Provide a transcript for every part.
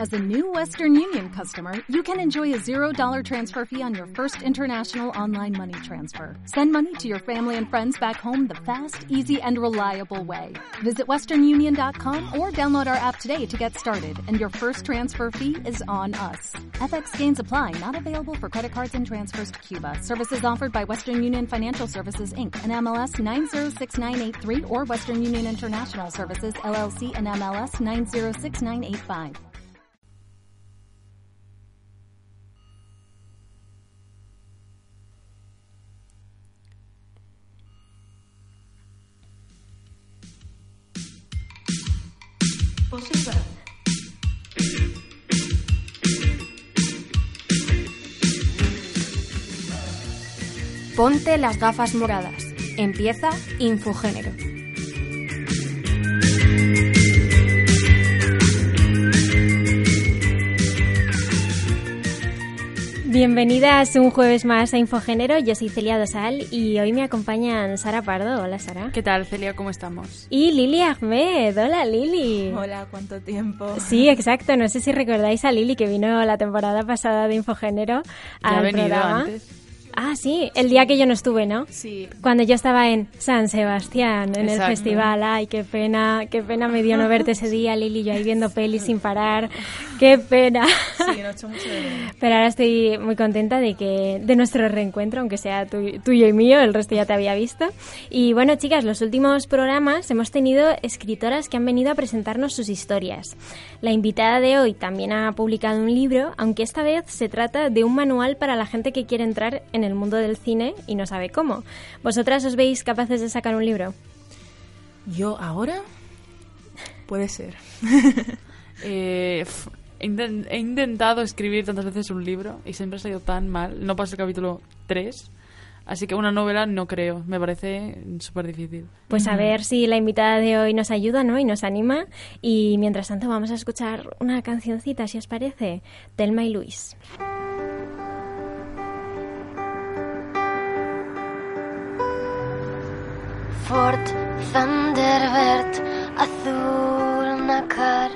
As a new Western Union customer, you can enjoy a $0 transfer fee on your first international online money transfer. Send money to your family and friends back home the fast, easy, and reliable way. Visit westernunion.com or download our app today to get started, and your first transfer fee is on us. FX gains apply, not available for credit cards and transfers to Cuba. Services offered by Western Union Financial Services, Inc., and MLS 906983, or Western Union International Services, LLC, and MLS 906985. Ponte las gafas moradas. Empieza Infogénero. Bienvenidas un jueves más a Infogénero. Yo soy Celia Dosal y hoy me acompañan Sara Pardo. Hola, Sara. ¿Qué tal, Celia? ¿Cómo estamos? Y Lili Ahmed. Hola, Lili. Hola, ¿cuánto tiempo? Sí, exacto. No sé si recordáis a Lili, que vino la temporada pasada de Infogénero al programa. Antes. Ah, sí, el día que yo no estuve, ¿no? Sí. Cuando yo estaba en San Sebastián, en Exacto. el festival. Ay, qué pena me dio no verte ese día, Lili, yo ahí viendo pelis sin parar. Qué pena. Sí, no he hecho mucho de menos. Pero ahora estoy muy contenta de nuestro reencuentro, aunque sea tuyo y mío, el resto ya te había visto. Y bueno, chicas, los últimos programas hemos tenido escritoras que han venido a presentarnos sus historias. La invitada de hoy también ha publicado un libro, aunque esta vez se trata de un manual para la gente que quiere entrar en el mundo del cine y no sabe cómo. ¿Vosotras os veis capaces de sacar un libro? ¿Yo ahora? Puede ser. He intentado escribir tantas veces un libro y siempre ha salido tan mal. No paso el capítulo 3. Así que una novela no creo. Me parece súper difícil. Pues a ver si la invitada de hoy nos ayuda, ¿no? Y nos anima. Y mientras tanto vamos a escuchar una cancioncita, si os parece. Thelma y Louise. Ford, Thunderbird, azul nácar,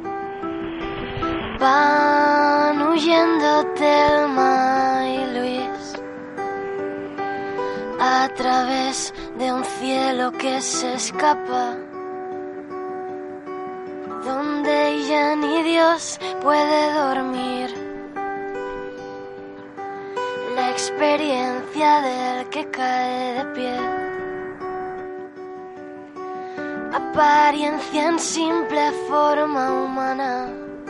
van huyendo Thelma y Louise a través de un cielo que se escapa, donde ya ni Dios puede dormir. La experiencia del que cae de pie, apariencia en simple forma humana,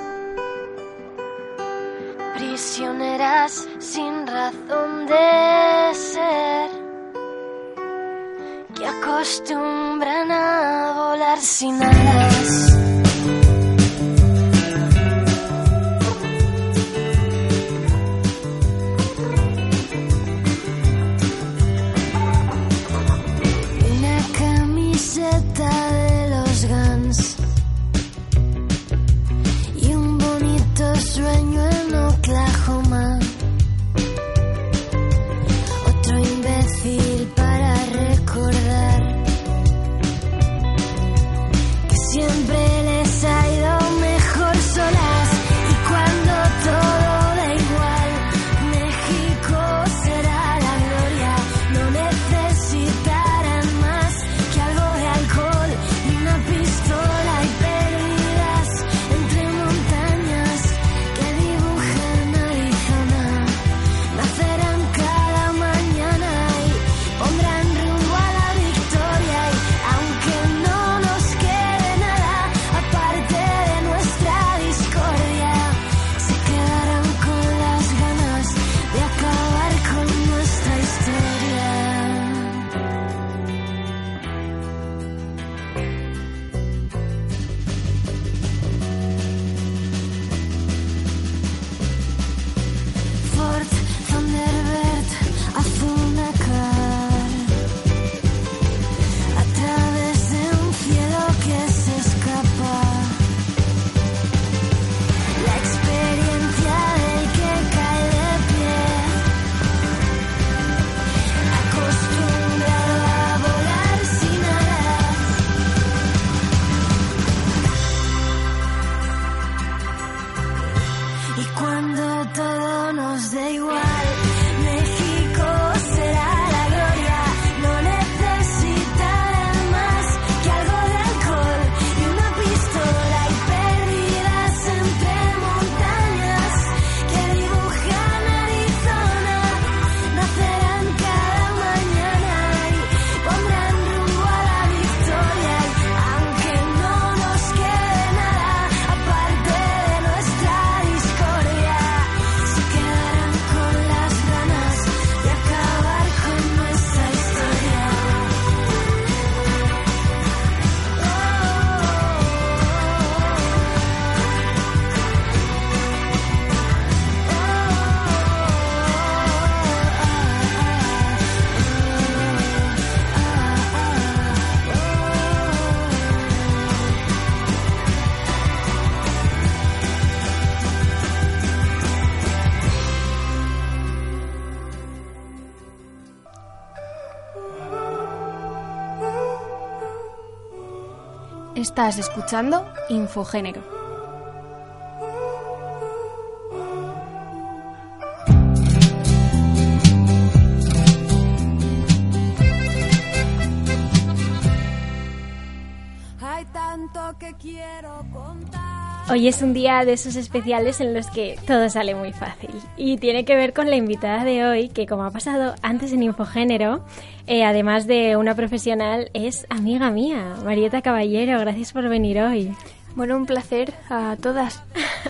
prisioneras sin razón de ser, que acostumbran a volar sin alas. De los Guns y un bonito sueño en Oklahoma, otro imbécil para recordar que siempre Y cuando todo nos dé igual, México será la gloria. No necesitará más que algo de alcohol y una pistola, y perdidas entre montañas que dibujan Arizona. Nacerán cada mañana y pondrán rumbo a la victoria. Y aunque no nos quede nada aparte de nuestra discordia, se quedarán con las ganas de acabar con nuestra historia. Estás escuchando Infogénero. Hay tanto que quiero contar. Hoy es un día de esos especiales en los que todo sale muy fácil y tiene que ver con la invitada de hoy, que como ha pasado antes en Infogénero, además de una profesional, es amiga mía, Marieta Caballero. Gracias por venir hoy. Bueno, un placer a todas.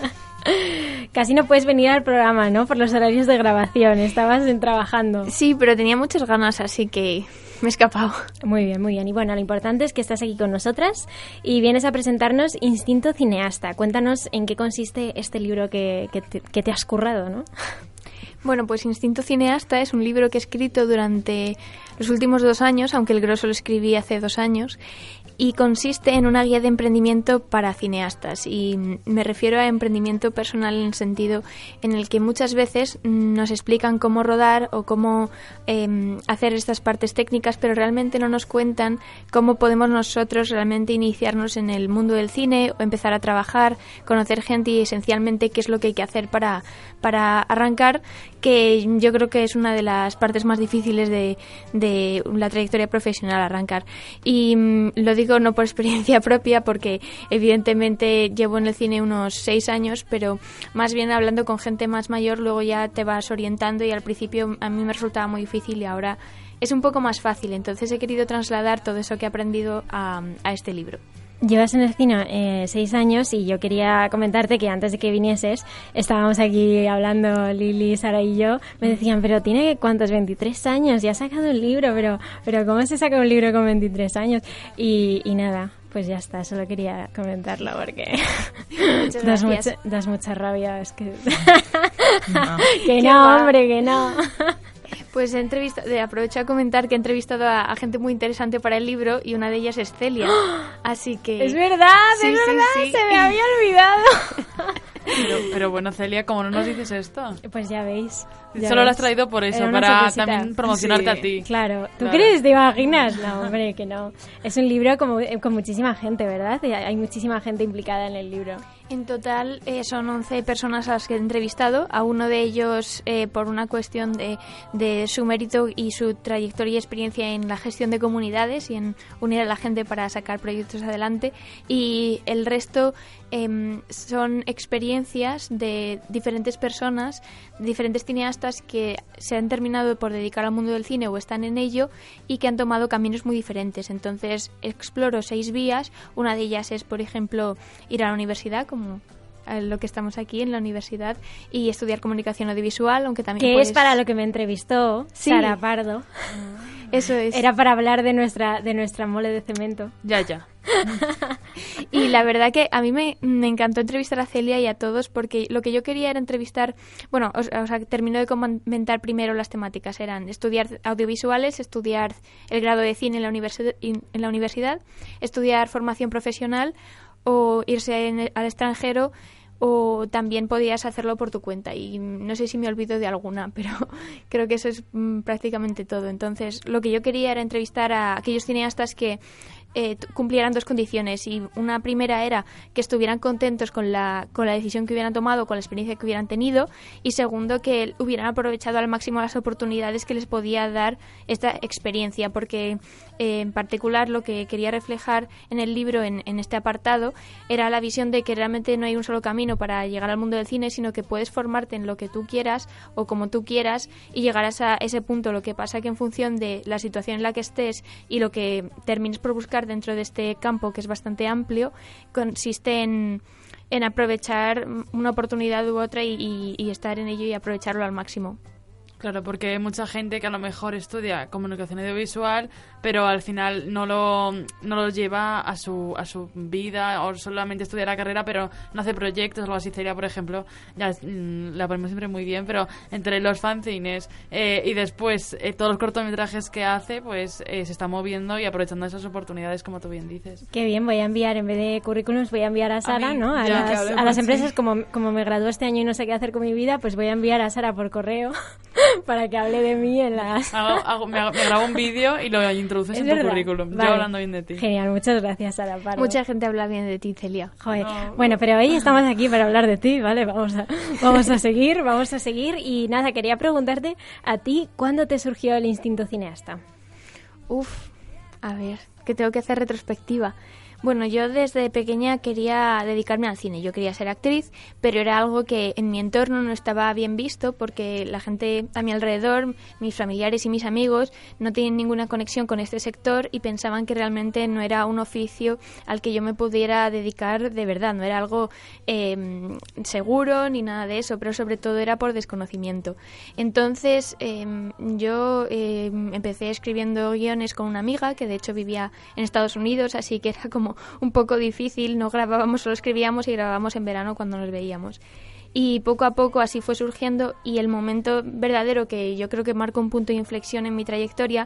Casi no puedes venir al programa, ¿no? Por los horarios de grabación, estabas trabajando. Sí, pero tenía muchas ganas, así que me he escapado. Muy bien, muy bien. Y bueno, lo importante es que estás aquí con nosotras y vienes a presentarnos Instinto Cineasta. Cuéntanos en qué consiste este libro que te has currado, ¿no? Bueno, pues Instinto Cineasta es un libro que he escrito durante los últimos 2 años, aunque el grosso lo escribí hace 2 años, y consiste en una guía de emprendimiento para cineastas. Y me refiero a emprendimiento personal en el sentido en el que muchas veces nos explican cómo rodar o cómo hacer estas partes técnicas, pero realmente no nos cuentan cómo podemos nosotros realmente iniciarnos en el mundo del cine o empezar a trabajar, conocer gente y esencialmente qué es lo que hay que hacer para arrancar, que yo creo que es una de las partes más difíciles de la trayectoria profesional, arrancar. Y lo digo no por experiencia propia, porque evidentemente llevo en el cine unos 6 años, pero más bien hablando con gente más mayor, luego ya te vas orientando, y al principio a mí me resultaba muy difícil y ahora es un poco más fácil. Entonces he querido trasladar todo eso que he aprendido a este libro. Llevas en el cine 6 años y yo quería comentarte que antes de que vinieses estábamos aquí hablando Lili, Sara y yo. Me decían, pero tiene ¿cuántos? 23 años, ya ha sacado un libro, pero ¿cómo se saca un libro con 23 años? Y nada, pues ya está, solo quería comentarlo porque das mucha rabia, es que... No. Que no, hombre, que no. Pues aprovecho a comentar que he entrevistado a gente muy interesante para el libro y una de ellas es Celia. Así que... Es verdad, sí, sí. Se me había olvidado. Pero bueno, Celia, ¿cómo no nos dices esto? Pues ya veis. Solo lo has traído por eso, para también promocionarte a ti. Claro. ¿Tú Claro. crees? ¿Te imaginas? No, hombre, que no. Es un libro con muchísima gente, ¿verdad? Hay muchísima gente implicada en el libro. En total son 11 personas a las que he entrevistado, a uno de ellos por una cuestión de su mérito y su trayectoria y experiencia en la gestión de comunidades y en unir a la gente para sacar proyectos adelante, y el resto son experiencias de diferentes personas, diferentes cineastas que se han terminado por dedicar al mundo del cine o están en ello y que han tomado caminos muy diferentes. Entonces exploro 6 vías. Una de ellas es, por ejemplo, ir a la universidad, como lo que estamos aquí en la universidad, y estudiar comunicación audiovisual, aunque también Que puedes... es para lo que me entrevistó Sí. Sara Pardo. Eso es. Era para hablar de nuestra mole de cemento. Ya. Y la verdad que a mí me encantó entrevistar a Celia y a todos, porque lo que yo quería era entrevistar... Bueno, o sea, termino de comentar primero las temáticas. Eran estudiar audiovisuales, estudiar el grado de cine en la universidad, estudiar formación profesional o irse al extranjero, o también podías hacerlo por tu cuenta. Y no sé si me olvido de alguna, pero creo que eso es prácticamente todo. Entonces, lo que yo quería era entrevistar a aquellos cineastas que cumplieran dos condiciones. Y una primera era que estuvieran contentos con la decisión que hubieran tomado, con la experiencia que hubieran tenido, y segundo, que hubieran aprovechado al máximo las oportunidades que les podía dar esta experiencia, porque en particular lo que quería reflejar en el libro, en este apartado, era la visión de que realmente no hay un solo camino para llegar al mundo del cine, sino que puedes formarte en lo que tú quieras o como tú quieras y llegar a ese punto. Lo que pasa que en función de la situación en la que estés y lo que termines por buscar dentro de este campo, que es bastante amplio, consiste en aprovechar una oportunidad u otra y estar en ello y aprovecharlo al máximo. Claro, porque hay mucha gente que a lo mejor estudia comunicación audiovisual, pero al final no lo lleva a su vida, o solamente estudia la carrera, pero no hace proyectos. Algo así sería, por ejemplo, ya la ponemos siempre muy bien, pero entre los fanzines y después todos los cortometrajes que hace, pues se está moviendo y aprovechando esas oportunidades, como tú bien dices. Qué bien, voy a enviar, en vez de currículums, voy a enviar a Sara, ¿no? A las sí. empresas, como me gradué este año y no sé qué hacer con mi vida, pues voy a enviar a Sara por correo para que hable de mí en las... Me grabo un vídeo y lo introduces en tu currículum. Vale. Yo hablando bien de ti. Genial, muchas gracias, Sara Pardo. Mucha gente habla bien de ti, Celia. Joder. No. Bueno, pero hoy estamos aquí para hablar de ti, ¿vale? Vamos a seguir. Y nada, quería preguntarte a ti, ¿cuándo te surgió el instinto cineasta? A ver, que tengo que hacer retrospectiva. Bueno, yo desde pequeña quería dedicarme al cine. Yo quería ser actriz, pero era algo que en mi entorno no estaba bien visto porque la gente a mi alrededor, mis familiares y mis amigos, no tienen ninguna conexión con este sector y pensaban que realmente no era un oficio al que yo me pudiera dedicar de verdad. No era algo seguro ni nada de eso, pero sobre todo era por desconocimiento. Entonces yo empecé escribiendo guiones con una amiga que de hecho vivía en Estados Unidos, así que era como un poco difícil, no grabábamos, solo escribíamos y grabábamos en verano cuando nos veíamos. Y poco a poco así fue surgiendo, y el momento verdadero que yo creo que marcó un punto de inflexión en mi trayectoria,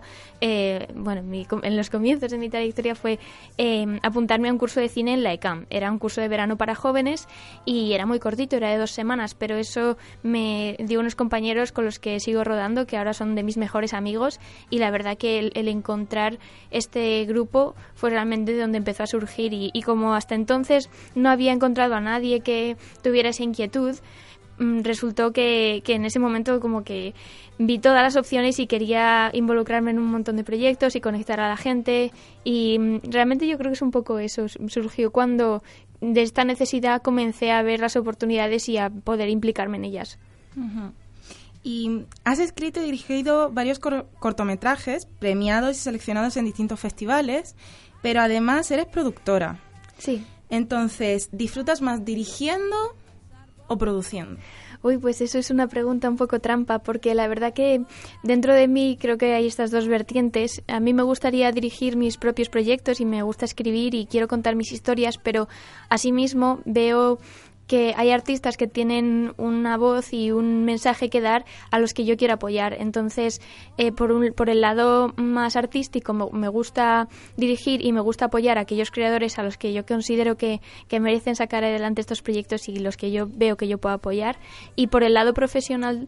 en los comienzos de mi trayectoria, fue apuntarme a un curso de cine en la ECAM. Era un curso de verano para jóvenes y era muy cortito, era de 2 semanas, pero eso me dio unos compañeros con los que sigo rodando, que ahora son de mis mejores amigos, y la verdad que el encontrar este grupo fue realmente donde empezó a surgir, y como hasta entonces no había encontrado a nadie que tuviera esa inquietud, resultó que en ese momento como que vi todas las opciones y quería involucrarme en un montón de proyectos y conectar a la gente, y realmente yo creo que es un poco eso. Surgió cuando de esta necesidad comencé a ver las oportunidades y a poder implicarme en ellas. Uh-huh. Y has escrito y dirigido varios cortometrajes premiados y seleccionados en distintos festivales, pero además eres productora. Sí. Entonces, ¿disfrutas más dirigiendo o produciendo? Uy, pues eso es una pregunta un poco trampa, porque la verdad que dentro de mí creo que hay estas dos vertientes. A mí me gustaría dirigir mis propios proyectos y me gusta escribir y quiero contar mis historias, pero asimismo veo que hay artistas que tienen una voz y un mensaje que dar a los que yo quiero apoyar. Entonces, por el lado más artístico me gusta dirigir y me gusta apoyar a aquellos creadores a los que yo considero que merecen sacar adelante estos proyectos y los que yo veo que yo puedo apoyar. Y por el lado profesional,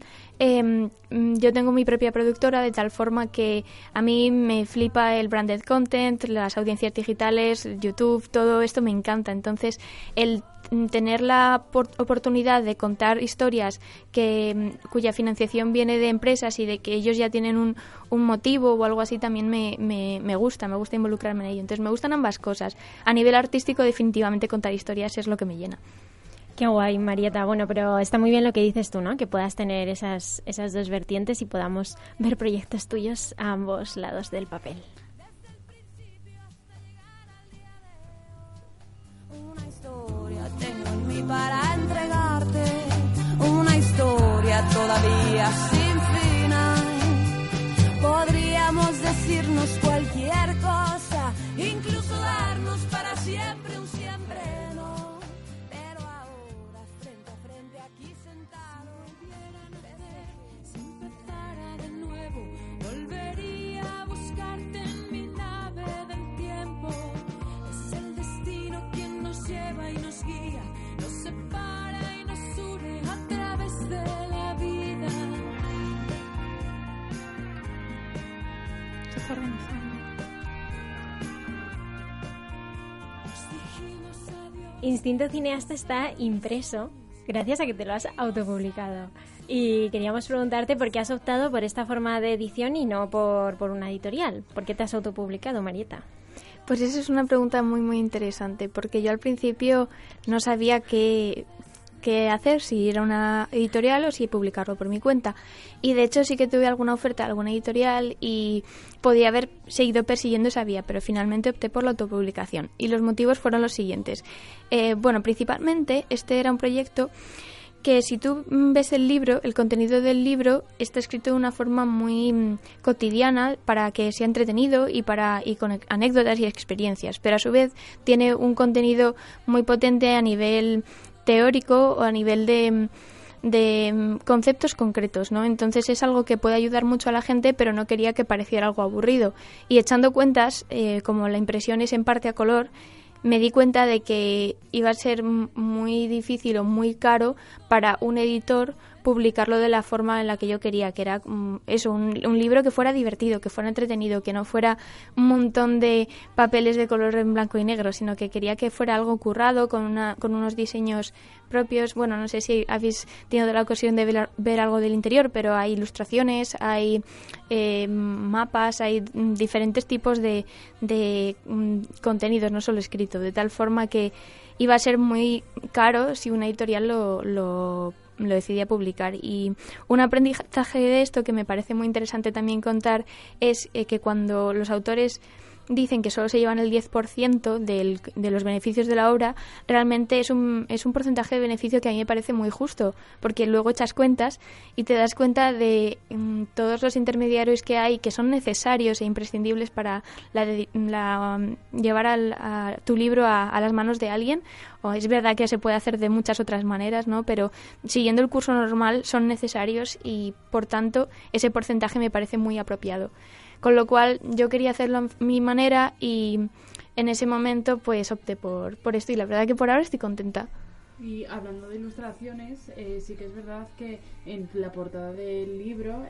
yo tengo mi propia productora, de tal forma que a mí me flipa el branded content, las audiencias digitales, YouTube, todo esto me encanta. Entonces, el tener la oportunidad de contar historias cuya financiación viene de empresas y de que ellos ya tienen un motivo o algo así, también me gusta involucrarme en ello. Entonces me gustan ambas cosas. A nivel artístico, definitivamente contar historias es lo que me llena. Qué guay, Marieta. Bueno, pero está muy bien lo que dices tú, ¿no? Que puedas tener esas dos vertientes y podamos ver proyectos tuyos a ambos lados del papel. Para entregarte una historia todavía sin final. Podríamos decirnos cualquier cosa, incluso darnos para siempre un siempre no. Pero ahora frente a frente aquí sentado, si empezara de nuevo, volvería a buscarte en mi nave del tiempo. Es el destino quien nos lleva y nos guía, nos separa y nos une a través de la vida. Se está organizando. Instinto Cineasta está impreso gracias a que te lo has autopublicado. Y queríamos preguntarte por qué has optado por esta forma de edición y no por una editorial. ¿Por qué te has autopublicado, Marieta? Pues esa es una pregunta muy, muy interesante, porque yo al principio no sabía qué hacer, si ir a una editorial o si publicarlo por mi cuenta. Y de hecho sí que tuve alguna oferta de alguna editorial y podía haber seguido persiguiendo esa vía, pero finalmente opté por la autopublicación. Y los motivos fueron los siguientes. Principalmente este era un proyecto que si tú ves el libro, el contenido del libro está escrito de una forma muy cotidiana para que sea entretenido y con anécdotas y experiencias, pero a su vez tiene un contenido muy potente a nivel teórico o a nivel de conceptos concretos, ¿no? Entonces es algo que puede ayudar mucho a la gente, pero no quería que pareciera algo aburrido. Y echando cuentas, como la impresión es en parte a color, me di cuenta de que iba a ser muy difícil o muy caro para un editor publicarlo de la forma en la que yo quería, que era eso, un libro que fuera divertido, que fuera entretenido, que no fuera un montón de papeles de color en blanco y negro, sino que quería que fuera algo currado, con unos diseños propios. Bueno, no sé si habéis tenido la ocasión de ver algo del interior, pero hay ilustraciones, hay mapas, hay diferentes tipos de contenidos, no solo escrito, de tal forma que iba a ser muy caro si una editorial lo decidía publicar. Y un aprendizaje de esto que me parece muy interesante también contar es que cuando los autores dicen que solo se llevan el 10% de los beneficios de la obra, realmente es un porcentaje de beneficio que a mí me parece muy justo, porque luego echas cuentas y te das cuenta de todos los intermediarios que hay, que son necesarios e imprescindibles para llevar a tu libro a las manos de alguien. Es verdad que se puede hacer de muchas otras maneras, ¿no? Pero siguiendo el curso normal son necesarios y, por tanto, ese porcentaje me parece muy apropiado. Con lo cual yo quería hacerlo a mi manera y en ese momento pues opté por esto y la verdad que por ahora estoy contenta. Y hablando de ilustraciones, sí que es verdad que en la portada del libro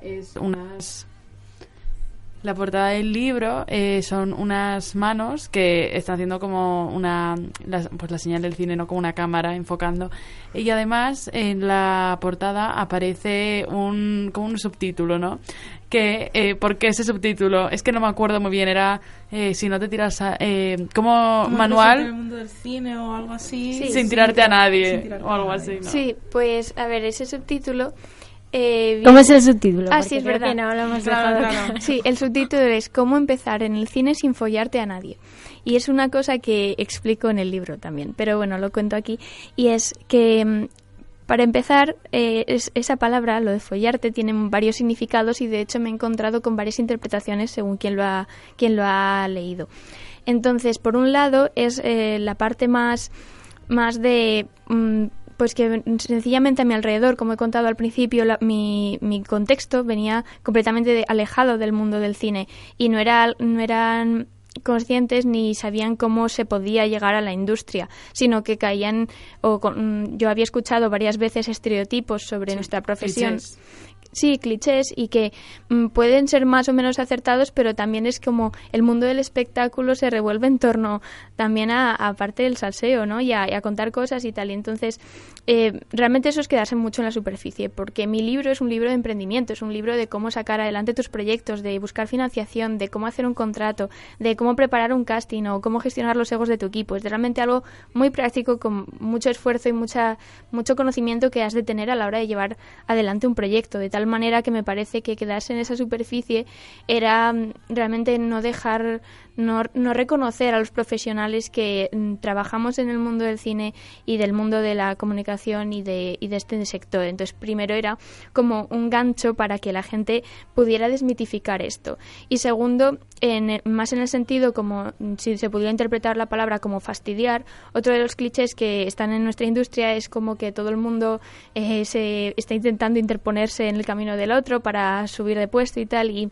son unas manos que están haciendo como la señal del cine, no, como una cámara enfocando. Y además en la portada aparece como un subtítulo, ¿no? ¿Por qué ese subtítulo? Es que no me acuerdo muy bien, era si no te tiras como manual el mundo del cine o algo así, sí, sin tirarte a nadie o algo así, ¿no? Sí, pues a ver, ese subtítulo ¿cómo es el subtítulo? Sí, es verdad. Que no lo hemos dejado claro. Sí, el subtítulo es ¿Cómo empezar en el cine sin follarte a nadie? Y es una cosa que explico en el libro también, pero bueno, lo cuento aquí. Y es que para empezar, esa palabra, lo de follarte, tiene varios significados y de hecho me he encontrado con varias interpretaciones según quien lo ha leído. Entonces, por un lado, es la parte más de pues que sencillamente a mi alrededor, como he contado al principio, mi contexto venía completamente alejado del mundo del cine y no eran conscientes ni sabían cómo se podía llegar a la industria, sino que caían yo había escuchado varias veces estereotipos sobre nuestra profesión. Clichés. Sí, clichés y que pueden ser más o menos acertados, pero también es como el mundo del espectáculo se revuelve en torno también a parte del salseo, ¿no? Y a contar cosas y tal. Y entonces, realmente eso es quedarse mucho en la superficie, porque mi libro es un libro de emprendimiento, es un libro de cómo sacar adelante tus proyectos, de buscar financiación, de cómo hacer un contrato, de cómo preparar un casting o cómo gestionar los egos de tu equipo. Es realmente algo muy práctico, con mucho esfuerzo y mucho conocimiento que has de tener a la hora de llevar adelante un proyecto, de tal manera que me parece que quedarse en esa superficie era realmente no reconocer a los profesionales que trabajamos en el mundo del cine y del mundo de la comunicación y de este sector. Entonces, primero era como un gancho para que la gente pudiera desmitificar esto. Y segundo, más en el sentido como si se pudiera interpretar la palabra como fastidiar, otro de los clichés que están en nuestra industria es como que todo el mundo se está intentando interponerse en el camino del otro para subir de puesto y tal, y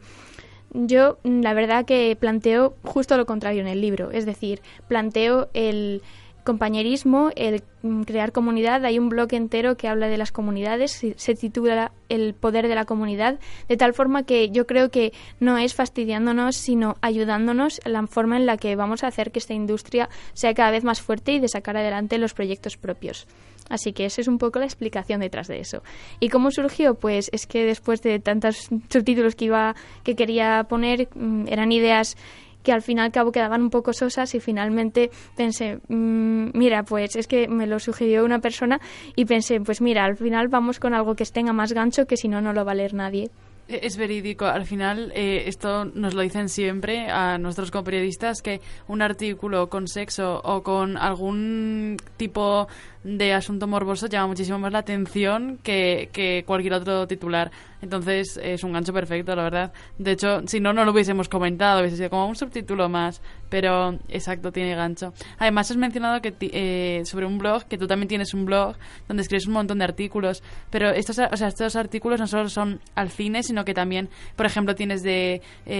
yo la verdad que planteo justo lo contrario en el libro, es decir, planteo compañerismo, el crear comunidad. Hay un blog entero que habla de las comunidades, se titula El poder de la comunidad, de tal forma que yo creo que no es fastidiándonos, sino ayudándonos en la forma en la que vamos a hacer que esta industria sea cada vez más fuerte y de sacar adelante los proyectos propios. Así que esa es un poco la explicación detrás de eso. ¿Y cómo surgió? Pues es que después de tantos subtítulos que quería poner, eran ideas que al final cabo quedaban un poco sosas y finalmente pensé, mira, pues es que me lo sugirió una persona y pensé, pues mira, al final vamos con algo que tenga más gancho, que si no, no lo va a leer nadie. Es verídico. Al final, esto nos lo dicen siempre a nuestros coperiodistas, que un artículo con sexo o con algún tipo de asunto morboso llama muchísimo más la atención que cualquier otro titular. Entonces es un gancho perfecto, la verdad. De hecho, si no, no lo hubiésemos comentado, hubiese sido como un subtítulo más. Pero, exacto, tiene gancho. Además, has mencionado que sobre un blog, que tú también tienes un blog donde escribes un montón de artículos. Pero estos artículos no solo son al cine, sino que también, por ejemplo, tienes de...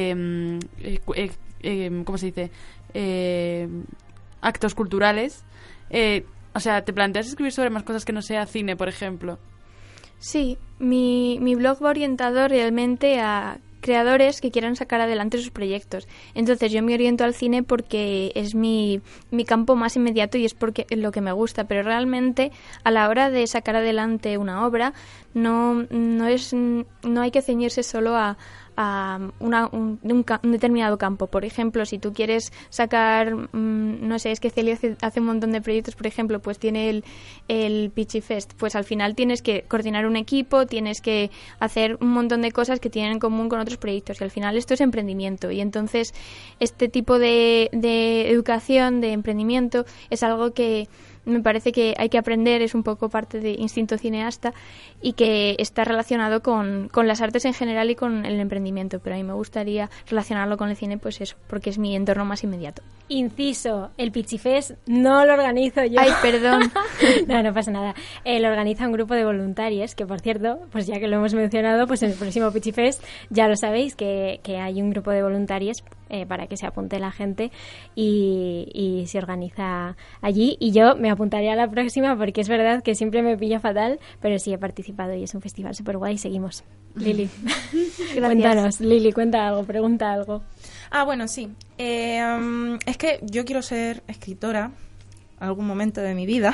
¿cómo se dice? Actos culturales. O sea, ¿te planteas escribir sobre más cosas que no sea cine, por ejemplo? Sí, mi blog va orientado realmente a creadores que quieran sacar adelante sus proyectos. Entonces yo me oriento al cine porque es mi campo más inmediato y es porque es lo que me gusta, pero realmente a la hora de sacar adelante una obra no hay que ceñirse solo a un determinado campo. Por ejemplo, si tú quieres sacar, no sé, es que Celia hace un montón de proyectos, por ejemplo, pues tiene el Pitchy Fest, pues al final tienes que coordinar un equipo, tienes que hacer un montón de cosas que tienen en común con otros proyectos y al final esto es emprendimiento y entonces este tipo de educación, de emprendimiento es algo que me parece que hay que aprender, es un poco parte de instinto cineasta y que está relacionado con las artes en general y con el emprendimiento, pero a mí me gustaría relacionarlo con el cine, pues eso, porque es mi entorno más inmediato. Inciso, el Pitchy Fest no lo organizo yo. Ay, perdón. No pasa nada. Lo organiza un grupo de voluntarios, que por cierto, pues ya que lo hemos mencionado, pues en el próximo Pitchy Fest ya lo sabéis que hay un grupo de voluntarios para que se apunte la gente y se organiza allí y yo me apuntaré a la próxima porque es verdad que siempre me pilla fatal, pero sí he participado y es un festival súper guay. Seguimos. Lili, cuéntanos. Lili, cuenta algo, pregunta algo. Bueno, sí. Es que yo quiero ser escritora en algún momento de mi vida.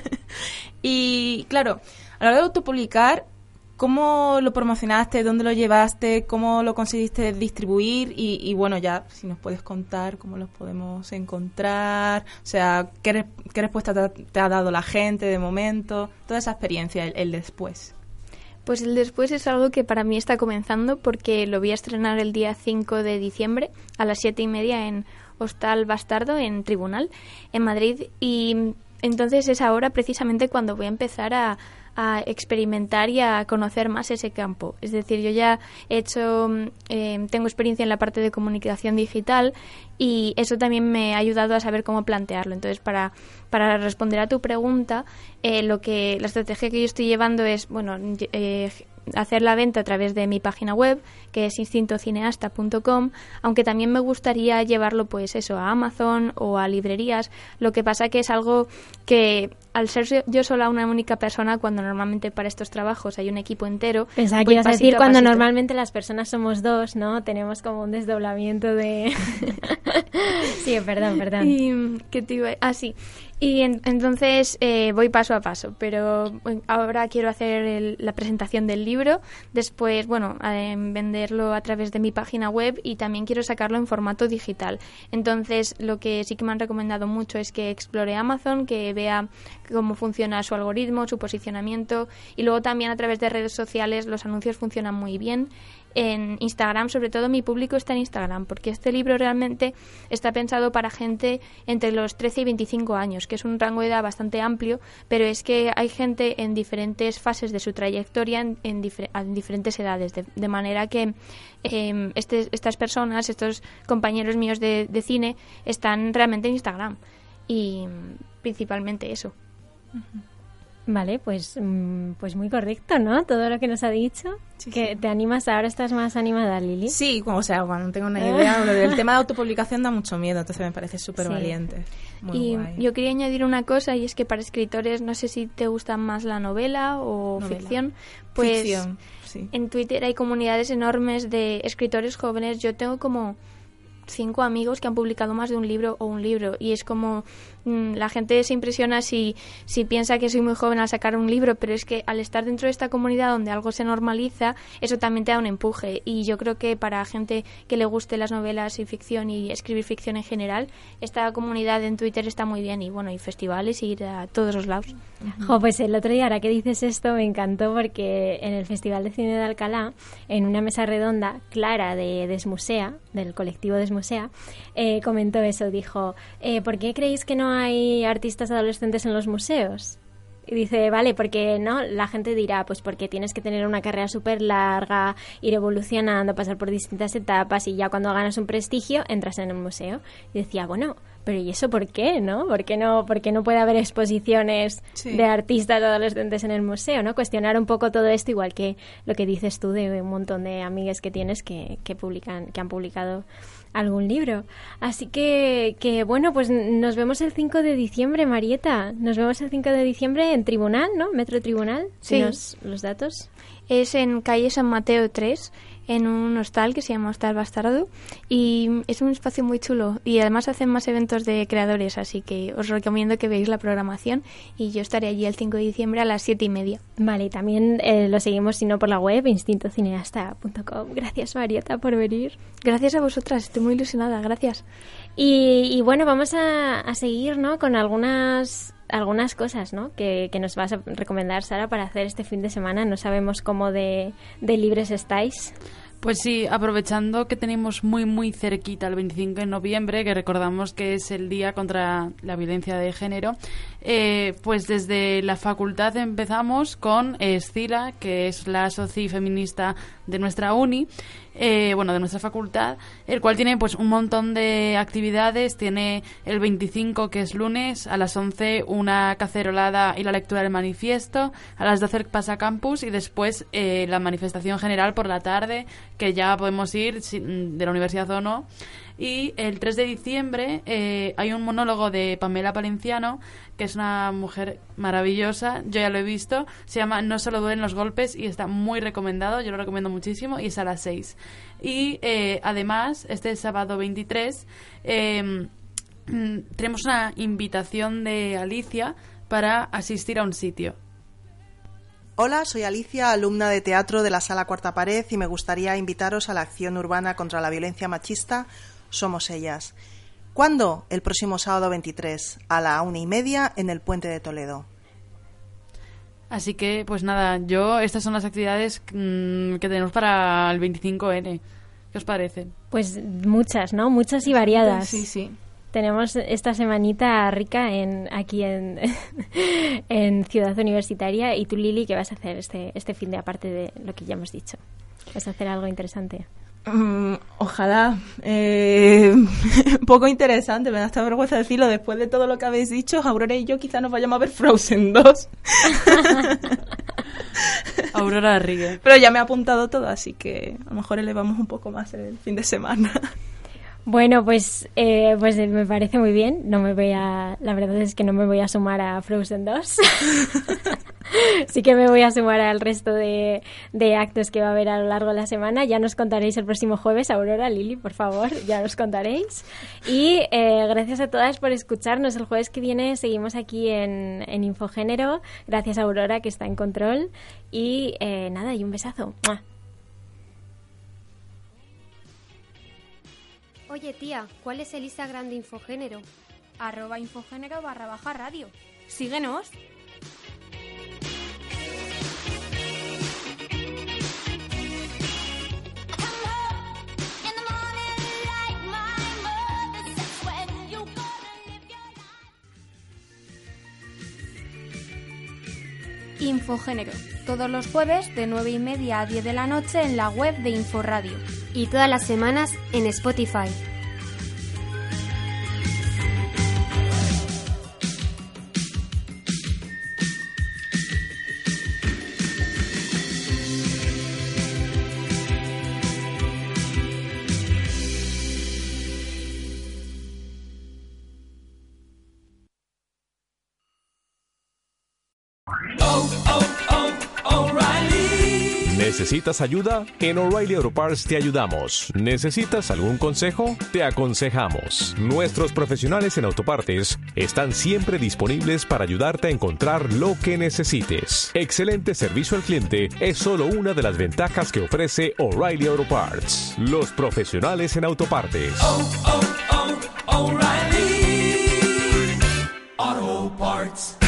Y claro, a la hora de autopublicar, ¿cómo lo promocionaste? ¿Dónde lo llevaste? ¿Cómo lo conseguiste distribuir? Y bueno, ya, si nos puedes contar cómo los podemos encontrar. O sea, ¿qué respuesta te ha dado la gente de momento? Toda esa experiencia, el después. Pues el después es algo que para mí está comenzando porque lo voy a estrenar el día 5 de diciembre a las 7:30 en Hostal Bastardo, en Tribunal, en Madrid. Y entonces es ahora precisamente cuando voy a empezar a experimentar y a conocer más ese campo. Es decir, yo ya tengo experiencia en la parte de comunicación digital y eso también me ha ayudado a saber cómo plantearlo. Entonces, para responder a tu pregunta, la estrategia que yo estoy llevando es, hacer la venta a través de mi página web, que es instintocineasta.com, aunque también me gustaría llevarlo pues eso a Amazon o a librerías. Lo que pasa que es algo que al ser yo sola una única persona, cuando normalmente para estos trabajos hay un equipo entero. Pensaba que ibas a decir cuando normalmente las personas somos dos, ¿no? Tenemos como un desdoblamiento de... Sí, perdón. Y, ¿qué te iba a... sí. Y entonces voy paso a paso, pero ahora quiero hacer la presentación del libro, después, venderlo a través de mi página web y también quiero sacarlo en formato digital. Entonces, lo que sí que me han recomendado mucho es que explore Amazon, que vea cómo funciona su algoritmo, su posicionamiento y luego también a través de redes sociales los anuncios funcionan muy bien. En Instagram, sobre todo mi público está en Instagram, porque este libro realmente está pensado para gente entre los 13 y 25 años, que es un rango de edad bastante amplio, pero es que hay gente en diferentes fases de su trayectoria en diferentes edades, de manera que estas personas, estos compañeros míos de cine, están realmente en Instagram y principalmente eso. Vale, pues muy correcto, ¿no? Todo lo que nos ha dicho. Sí, que sí. ¿Te animas? ¿Ahora estás más animada, Lili? Sí, o sea, cuando no tengo una idea, lo del tema de autopublicación da mucho miedo, entonces me parece súper valiente. Muy Y guay. yo quería añadir una cosa, y es que para escritores, no sé si te gusta más la novela o Novela. ficción, pues Ficción, sí. en Twitter hay comunidades enormes de escritores jóvenes. Yo tengo como 5 amigos que han publicado más de un libro o un libro, y es como la gente se impresiona si piensa que soy muy joven al sacar un libro, pero es que al estar dentro de esta comunidad donde algo se normaliza, eso también te da un empuje. Y yo creo que para gente que le guste las novelas y ficción y escribir ficción en general, esta comunidad en Twitter está muy bien, y bueno, hay festivales y ir a todos los lados. Jo, pues el otro día, ahora que dices esto, me encantó porque en el Festival de Cine de Alcalá, en una mesa redonda, Clara de Desmusea, del colectivo Desmusea, comentó eso, dijo, ¿por qué creéis que no hay artistas adolescentes en los museos? Y dice, vale, porque no, la gente dirá, pues porque tienes que tener una carrera súper larga, ir evolucionando, pasar por distintas etapas, y ya cuando ganas un prestigio entras en un museo. Y decía, bueno, pero ¿y eso por qué, no? ¿Por qué no puede haber exposiciones Sí. de artistas adolescentes en el museo, no? Cuestionar un poco todo esto, igual que lo que dices tú de un montón de amigas que tienes que han publicado algún libro. Así que bueno, pues nos vemos el 5 de diciembre, Marieta. Nos vemos el 5 de diciembre en Tribunal, ¿no? Metro Tribunal. Sí. Dinos los datos. Es en calle San Mateo 3, en un hostal que se llama Hostal Bastardo, y es un espacio muy chulo, y además hacen más eventos de creadores, así que os recomiendo que veáis la programación, y yo estaré allí el 5 de diciembre a las 7:30. Vale, y también lo seguimos, si no, por la web, instintocineasta.com. Gracias, Marieta, por venir. Gracias a vosotras, estoy muy ilusionada, gracias. Y bueno, vamos a seguir, ¿no? Con algunas cosas, ¿no? Que nos vas a recomendar, Sara, para hacer este fin de semana. No sabemos cómo de libres estáis. Pues sí, aprovechando que tenemos muy cerquita el 25 de noviembre, que recordamos que es el Día contra la Violencia de Género, pues desde la facultad empezamos con Escila, que es la soci feminista de nuestra uni, de nuestra facultad, el cual tiene pues un montón de actividades. Tiene el 25, que es lunes, a las 11 una cacerolada y la lectura del manifiesto, a las 12 pasa campus, y después la manifestación general por la tarde, que ya podemos ir de la universidad o no. Y el 3 de diciembre hay un monólogo de Pamela Palenciano, que es una mujer maravillosa, yo ya lo he visto, se llama No solo duelen los golpes, y está muy recomendado, yo lo recomiendo muchísimo, y es a las 6. Y además, este sábado 23 tenemos una invitación de Alicia para asistir a un sitio. Hola, soy Alicia, alumna de teatro de la Sala Cuarta Pared, y me gustaría invitaros a la acción urbana contra la violencia machista Somos Ellas. ¿Cuándo? El próximo sábado 23, a la 1:30 en el Puente de Toledo. Así que, pues nada, estas son las actividades que tenemos para el 25N. ¿Qué os parecen? Pues muchas, ¿no? Muchas y variadas. Sí. Tenemos esta semanita rica aquí en Ciudad Universitaria. Y tú, Lili, ¿qué vas a hacer este fin de, aparte de lo que ya hemos dicho? ¿Vas a hacer algo interesante? Ojalá. Poco interesante, me da hasta vergüenza decirlo. Después de todo lo que habéis dicho, Aurora y yo quizá nos vayamos a ver Frozen 2. Aurora Rigue. Pero ya me he apuntado todo, así que a lo mejor elevamos un poco más el fin de semana. Bueno, pues me parece muy bien. La verdad es que no me voy a sumar a Frozen 2. Sí que me voy a sumar al resto de actos que va a haber a lo largo de la semana. Ya nos contaréis el próximo jueves, Aurora, Lili, por favor, ya nos contaréis. Y gracias a todas por escucharnos. El jueves que viene seguimos aquí en Infogénero. Gracias a Aurora, que está en control. Y nada, y un besazo. ¡Mua! Oye, tía, ¿cuál es el Instagram de Infogénero? @infogénero_radio. Síguenos. Infogénero, todos los jueves de 9:30 a 10 de la noche en la web de Inforradio. Y todas las semanas en Spotify. ¿Necesitas ayuda? En O'Reilly Auto Parts te ayudamos. ¿Necesitas algún consejo? Te aconsejamos. Nuestros profesionales en autopartes están siempre disponibles para ayudarte a encontrar lo que necesites. Excelente servicio al cliente es solo una de las ventajas que ofrece O'Reilly Auto Parts. Los profesionales en autopartes. O'Reilly Auto Parts.